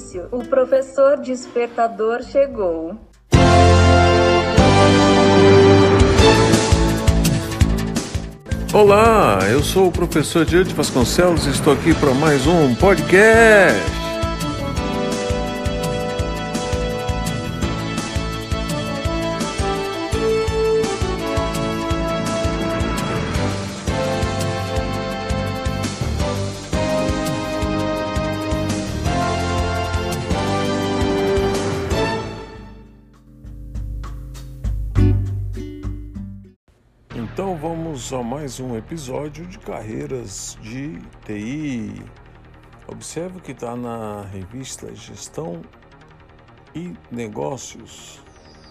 silêncio. O professor despertador chegou. Olá, eu sou o professor Diante Vasconcelos e estou aqui para mais um podcast. Então vamos a mais um episódio de Carreiras de TI. Observe o que está na revista Gestão e Negócios,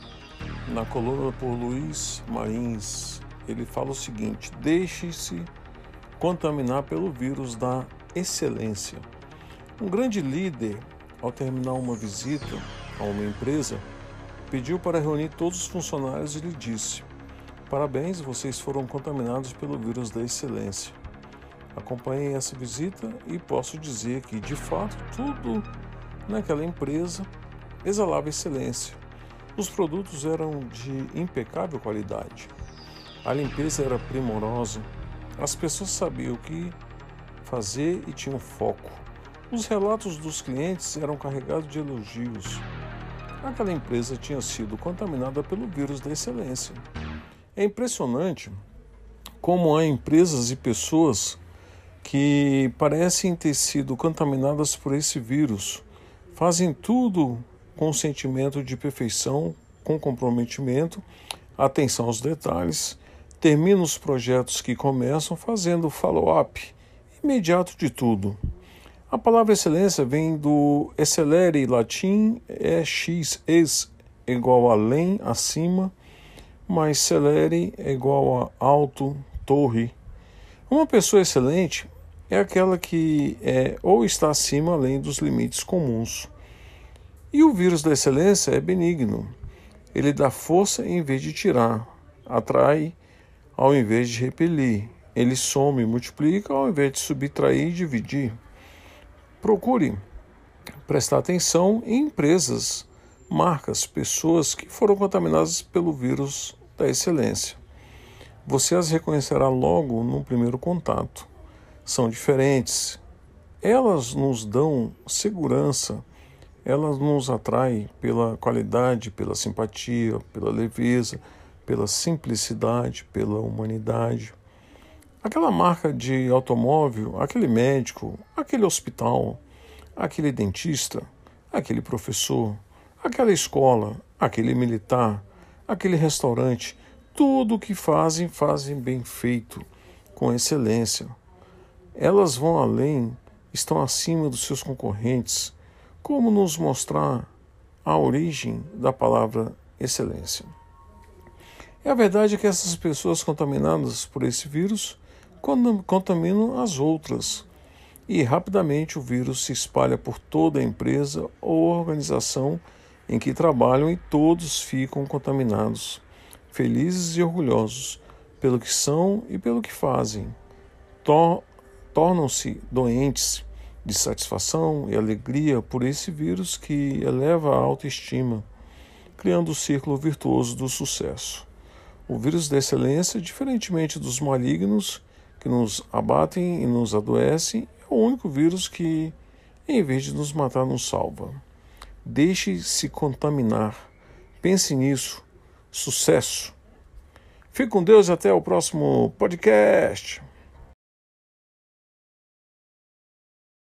na coluna por Luiz Marins. Ele fala o seguinte: deixe-se contaminar pelo vírus da excelência. Um grande líder, ao terminar uma visita a uma empresa, pediu para reunir todos os funcionários e lhe disse: parabéns, vocês foram contaminados pelo vírus da excelência. Acompanhei essa visita e posso dizer que, de fato, tudo naquela empresa exalava excelência. Os produtos eram de impecável qualidade. A limpeza era primorosa. As pessoas sabiam o que fazer e tinham foco. Os relatos dos clientes eram carregados de elogios. Aquela empresa tinha sido contaminada pelo vírus da excelência. É impressionante como há empresas e pessoas que parecem ter sido contaminadas por esse vírus. Fazem tudo com sentimento de perfeição, com comprometimento, atenção aos detalhes, terminam os projetos que começam fazendo follow-up imediato de tudo. A palavra excelência vem do excelere latim, ex, igual a além, acima, mais celere é igual a alto, torre. Uma pessoa excelente é aquela que é ou está acima além dos limites comuns. E o vírus da excelência é benigno. Ele dá força em vez de tirar, atrai ao invés de repelir. Ele soma e multiplica ao invés de subtrair e dividir. Procure prestar atenção em empresas, marcas, pessoas que foram contaminadas pelo vírus da excelência. Você as reconhecerá logo no primeiro contato. São diferentes. Elas nos dão segurança. Elas nos atraem pela qualidade, pela simpatia, pela leveza, pela simplicidade, pela humanidade. Aquela marca de automóvel, aquele médico, aquele hospital, aquele dentista, aquele professor, aquela escola, aquele militar, aquele restaurante, tudo o que fazem bem feito, com excelência. Elas vão além, estão acima dos seus concorrentes, como nos mostrar a origem da palavra excelência. É a verdade que essas pessoas contaminadas por esse vírus contaminam as outras, e rapidamente o vírus se espalha por toda a empresa ou organização em que trabalham e todos ficam contaminados, felizes e orgulhosos pelo que são e pelo que fazem. Tornam-se doentes de satisfação e alegria por esse vírus que eleva a autoestima, criando o círculo virtuoso do sucesso. O vírus da excelência, diferentemente dos malignos que nos abatem e nos adoecem, é o único vírus que, em vez de nos matar, nos salva. Deixe-se contaminar. Pense nisso. Sucesso. Fique com Deus e até o próximo podcast.